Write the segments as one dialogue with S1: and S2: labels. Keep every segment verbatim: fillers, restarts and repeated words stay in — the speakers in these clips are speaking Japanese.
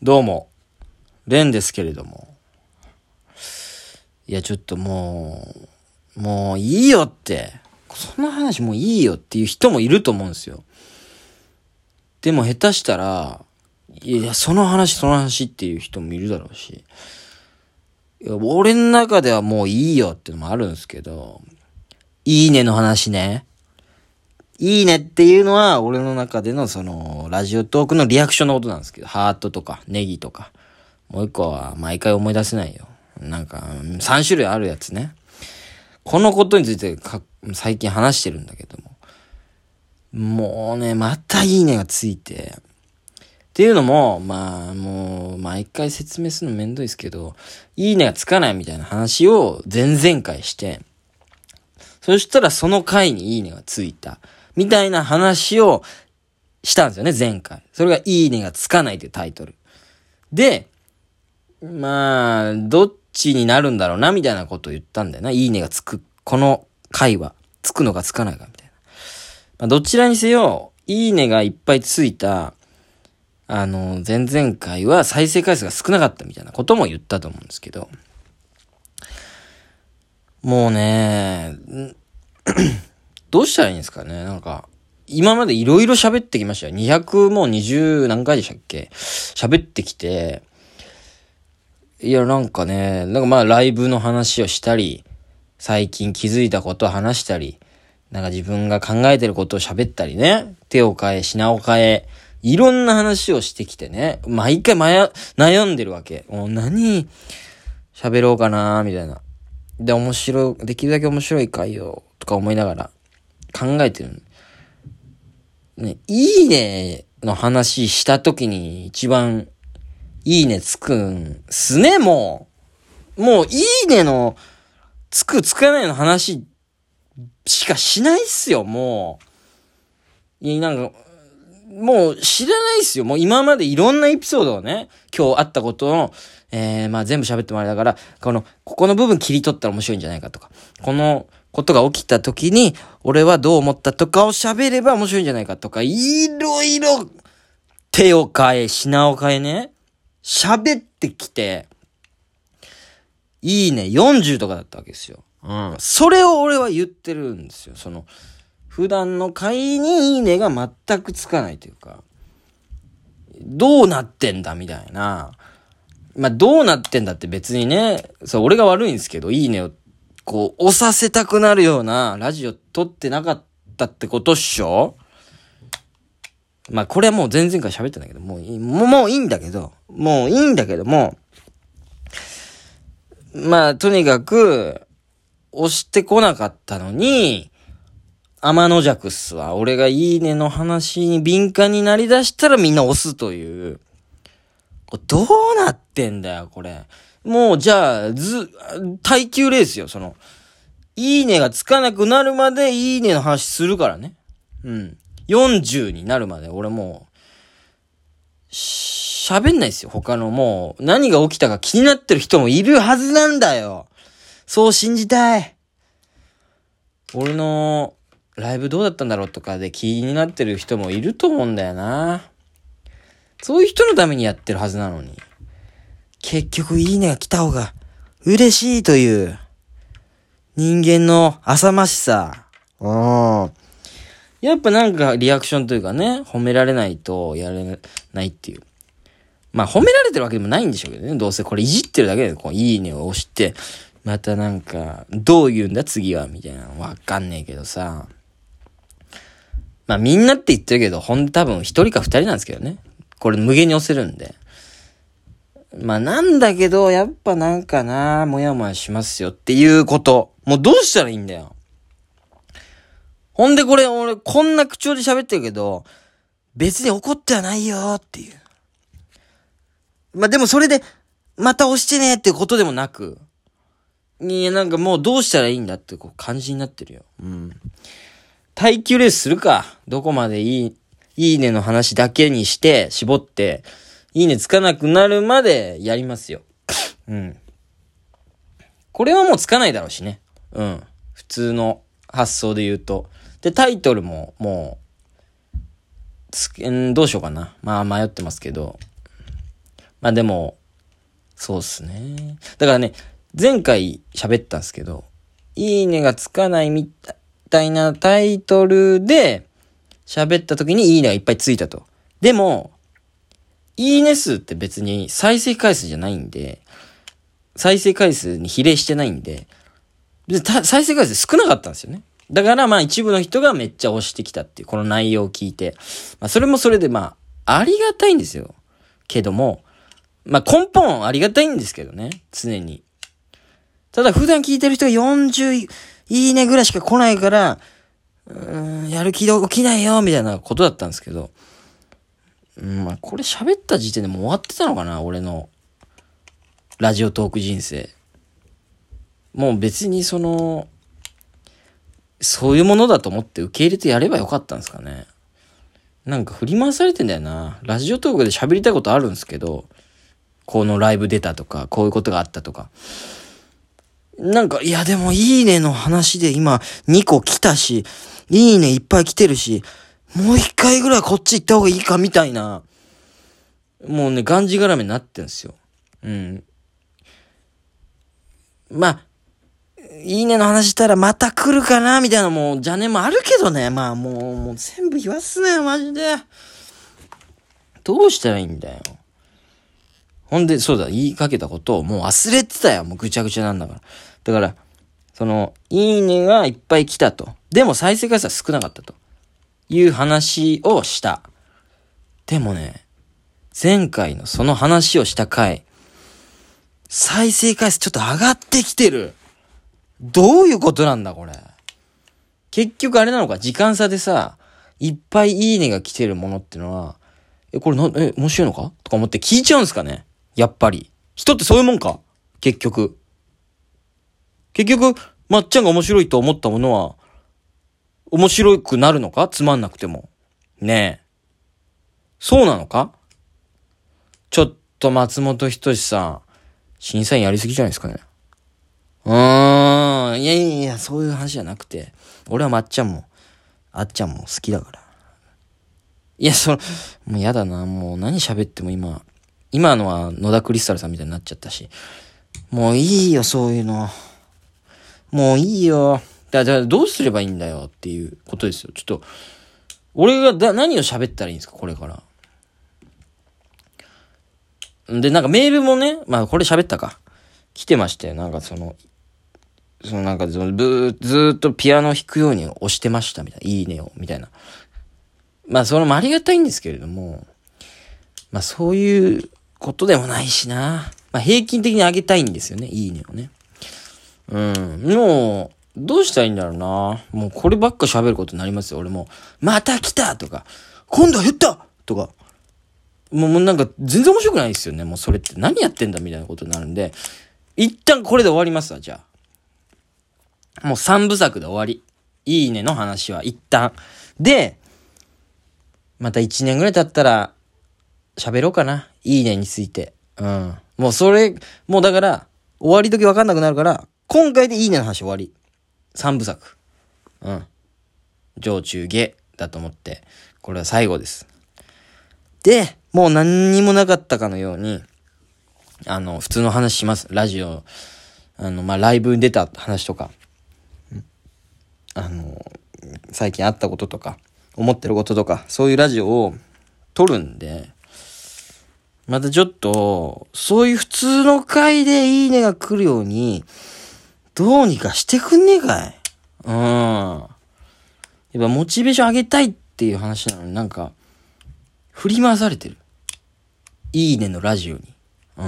S1: どうも、レンですけれども。いや、ちょっともう、もういいよって、そんな話もういいよっていう人もいると思うんですよ。でも下手したら、いや、その話、その話っていう人もいるだろうし、いや俺の中ではもういいよっていうのもあるんですけど、いいねの話ね。いいねっていうのは、俺の中でのその、ラジオトークのリアクションのことなんですけど、ハートとか、ネギとか。もう一個は、毎回思い出せないよ。なんか、さん種類あるやつね。このことについてか、最近話してるんだけども。もうね、またいいねがついて。っていうのも、まあ、もう、毎回説明するのめんどいですけど、いいねがつかないみたいな話を前々回して、そしたらその回にいいねがついた。みたいな話をしたんですよね、前回。それがいいねがつかないというタイトル。で、まあ、どっちになるんだろうな、みたいなことを言ったんだよな。いいねがつく、この回は、つくのかつかないか、みたいな。まあ、どちらにせよ、いいねがいっぱいついた、あの、前々回は再生回数が少なかったみたいなことも言ったと思うんですけど、もうね、どうしたらいいんですかね。なんか、今までいろいろ喋ってきましたよ。にひゃくもうにじゅう何回でしたっけ？喋ってきて、いやなんかね、なんかまあライブの話をしたり、最近気づいたことを話したり、なんか自分が考えてることを喋ったりね、手を変え、品を変え、いろんな話をしてきてね、毎回悩、悩んでるわけ。もう何喋ろうかなみたいな。で、面白い、できるだけ面白い回を、とか思いながら考えてる。ね、いいねの話した時に一番いいねつくんすね、もう。もういいねのつくつかないの話しかしないっすよ、もう。いや、なんか、もう知らないっすよ。もう今までいろんなエピソードをね、今日あったことの、えー、まあ全部喋ってもらいながら、この、ここの部分切り取ったら面白いんじゃないかとか、このことが起きた時に、俺はどう思ったとかを喋れば面白いんじゃないかとか、いろいろ手を変え、品を変えね、喋ってきて、いいね、よんじゅうとかだったわけですよ。うん。それを俺は言ってるんですよ。その、普段の回にいいねが全くつかないというか、どうなってんだみたいな。まあ、どうなってんだって別にね、そう、俺が悪いんですけど、いいねを、こう、押させたくなるようなラジオ撮ってなかったってことっしょ？まあ、これはもう前々回喋ってんだけど、もういい、もう、もういいんだけど、もういいんだけども、まあ、とにかく、押してこなかったのに、天の弱っすわ。俺がいいねの話に敏感になりだしたらみんな押すという。どうなってんだよ、これ。もう、じゃあ、ず、耐久レースよ、その。いいねがつかなくなるまでいいねの話するからね。うん。よんじゅうになるまで俺もう、喋んないですよ、他のもう、何が起きたか気になってる人もいるはずなんだよ。そう信じたい。俺の、ライブどうだったんだろうとかで気になってる人もいると思うんだよな。そういう人のためにやってるはずなのに。結局いいねが来た方が嬉しいという人間の浅ましさ。うん。やっぱなんかリアクションというかね、褒められないとやれないっていう。まあ褒められてるわけでもないんでしょうけどね。どうせこれいじってるだけでこういいねを押して、またなんかどう言うんだ次はみたいなのわかんねえけどさ。まあみんなって言ってるけど、ほんと多分一人か二人なんですけどね。これ無限に押せるんで。まあなんだけど、やっぱなんかな、もやもやしますよっていうこと。もうどうしたらいいんだよ。ほんでこれ俺こんな口調で喋ってるけど、別に怒ってはないよっていう。まあでもそれで、また押してねってことでもなく、いやなんかもうどうしたらいいんだってこう感じになってるよ。うん。耐久レースするか。どこまでいい、いいねの話だけにして、絞って、いいねつかなくなるまでやりますよ。うん。これはもうつかないだろうしね。うん。普通の発想で言うと。で、タイトルももう、つけん、どうしようかな。まあ迷ってますけど。 まあでも、そうっすね。だからね、前回喋ったんですけど、いいねがつかないみたいなタイトルで喋った時にいいねがいっぱいついたと。でも、いいね数って別に再生回数じゃないんで、再生回数に比例してないんで、再生回数少なかったんですよね。だからまあ一部の人がめっちゃ押してきたっていう、この内容を聞いて。まあそれもそれでまあ、ありがたいんですよ。けども、まあ根本ありがたいんですけどね。常に。ただ普段聞いてる人がよんじゅういいねぐらいしか来ないから、うーん、やる気起きないよ、みたいなことだったんですけど。うん、まあこれ喋った時点でもう終わってたのかな、俺の。ラジオトーク人生。もう別にその、そういうものだと思って受け入れてやればよかったんですかね。なんか振り回されてんだよな。ラジオトークで喋りたいことあるんですけど、このライブ出たとか、こういうことがあったとか。なんか、いやでもいいねの話で今にこ来たし、いいねいっぱい来てるし、もう一回ぐらいこっち行った方がいいかみたいな。もうね、がんじがらめになってんですよ。うん。まあ、いいねの話したらまた来るかなみたいなもう邪念もあるけどね。まあもう、もう全部言わすなよ、マジで。どうしたらいいんだよ。ほんで、そうだ、言いかけたことをもう忘れてたよ。もうぐちゃぐちゃなんだから。だから、その、いいねがいっぱい来たと。でも再生回数は少なかったと。いう話をした。でもね、前回のその話をした回、再生回数ちょっと上がってきてる。どういうことなんだこれ。結局あれなのか、時間差でさ、いっぱいいいねが来てるものってのは、え、これな、え、面白いのかとか思って聞いちゃうんすかね。やっぱり。人ってそういうもんか結局。結局、まっちゃんが面白いと思ったものは、面白くなるのかつまんなくても。ねえ。そうなのかちょっと松本人志さん、審査員やりすぎじゃないですかね。うーん。いやいやいや、そういう話じゃなくて、俺はまっちゃんも、あっちゃんも好きだから。いや、その、もうやだな。もう何喋っても今、今のは野田クリスタルさんみたいになっちゃったし。もういいよ、そういうの。もういいよ。だから、どうすればいいんだよっていうことですよ。ちょっと、俺がだ何を喋ったらいいんですか、これから。で、なんかメールもね、まあこれ喋ったか。来てまして、なんかその、そのなんかそのブー、ずーっとピアノ弾くように押してましたみたいな。いいねを、みたいな。まあそれもありがたいんですけれども、まあそういうことでもないしな。まあ平均的に上げたいんですよね、いいねをね。うん。もう、どうしたらいいんだろうな。もうこればっか喋ることになりますよ、俺も。また来たとか、今度は減ったとか。もうもうなんか全然面白くないですよね。もうそれって何やってんだみたいなことになるんで、一旦これで終わりますわ、じゃあ。もう三部作で終わり。いいねの話は一旦。で、また一年ぐらい経ったら、喋ろうかな。いいねについて。うん。もうそれ、もうだから、終わり時わかんなくなるから、今回でいいねの話終わり。三部作。うん。上中下だと思って、これは最後です。で、もう何にもなかったかのように、あの、普通の話します。ラジオ、あの、まあ、ライブに出た話とか、あの、最近あったこととか、思ってることとか、そういうラジオを撮るんで、またちょっと、そういう普通の回でいいねが来るように、どうにかしてくんねえかい。うん。やっぱモチベーション上げたいっていう話なのになんか、振り回されてる。いいねのラジオに。うん。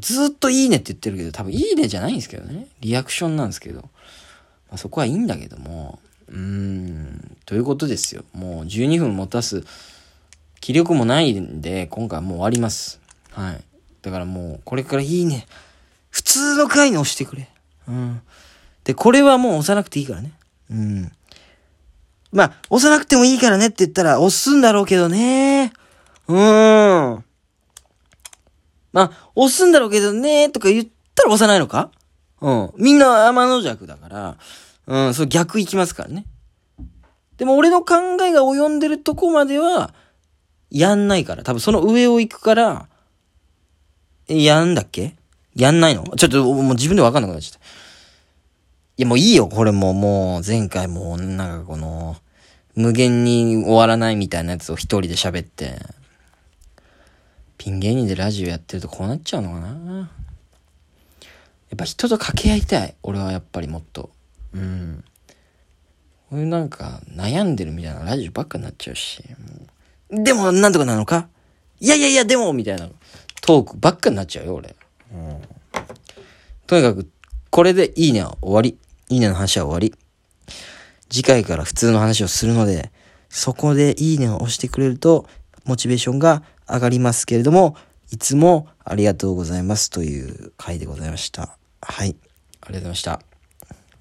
S1: ずーっといいねって言ってるけど、多分いいねじゃないんですけどね。リアクションなんですけど。まあ、そこはいいんだけども。うーん。ということですよ。もうじゅうにふん持たす気力もないんで、今回はもう終わります。はい。だからもう、これからいいね。普通の回に押してくれ。うん。で、これはもう押さなくていいからね。うん。まあ、押さなくてもいいからねって言ったら押すんだろうけどね。うーん。まあ、押すんだろうけどねとか言ったら押さないのか？うん。みんな天の弱だから、うん、そう逆行きますからね。でも俺の考えが及んでるとこまでは、やんないから。多分その上を行くから、 やんだっけやんないのちょっともう自分でわかんなくなっちゃった。いやもういいよ、これももう前回もなんかこの、無限に終わらないみたいなやつを一人で喋って、ピン芸人でラジオやってるとこうなっちゃうのかな。やっぱ人と掛け合いたい。俺はやっぱりもっと。うん。俺なんか悩んでるみたいなラジオばっかになっちゃうし。でもなんとかなのかいやいやいやでもみたいなトークばっかになっちゃうよ俺。うん、とにかくこれでいいねは終わり。いいねの話は終わり。次回から普通の話をするので、そこでいいねを押してくれるとモチベーションが上がりますけれども、いつもありがとうございますという回でございました。はい、ありがとうございました。